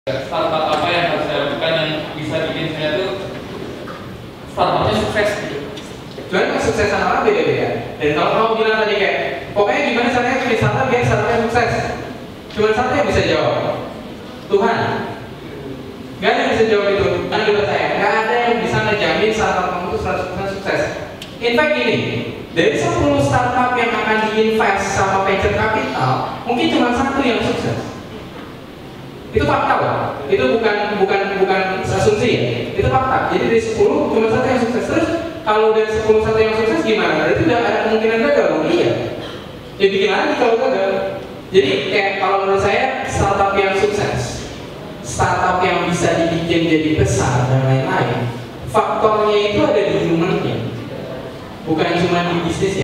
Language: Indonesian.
Startup apa yang harus saya lakukan yang bisa bikin saya tuh startupnya sukses gitu. Cuman kesuksesan orang beda-beda. Dan kalau kamu bilang tadi kayak, pokoknya gimana caranya bikin startup biar startupnya sukses? Cuma satu yang bisa jawab, Tuhan. Gak ada yang bisa jawab itu. Karena menurut saya, gak ada yang bisa ngejamin startup kamu itu 100% sukses. In fact gini, dari 10 startup yang akan diinvest sama venture capital, mungkin cuma satu yang sukses. Itu fakta loh. Itu bukan asumsi ya. Itu fakta. Jadi dari 10 cuma satu yang sukses. Terus kalau dari 10 satu yang sukses gimana? Berarti udah ada kemungkinan gagal loh. Iya. Jadi bikin lagi kalau gagal. Jadi kayak kalau menurut saya startup yang sukses, startup yang bisa dibikin jadi besar dan lain-lain, faktornya itu ada di humannya, bukan cuma di bisnisnya.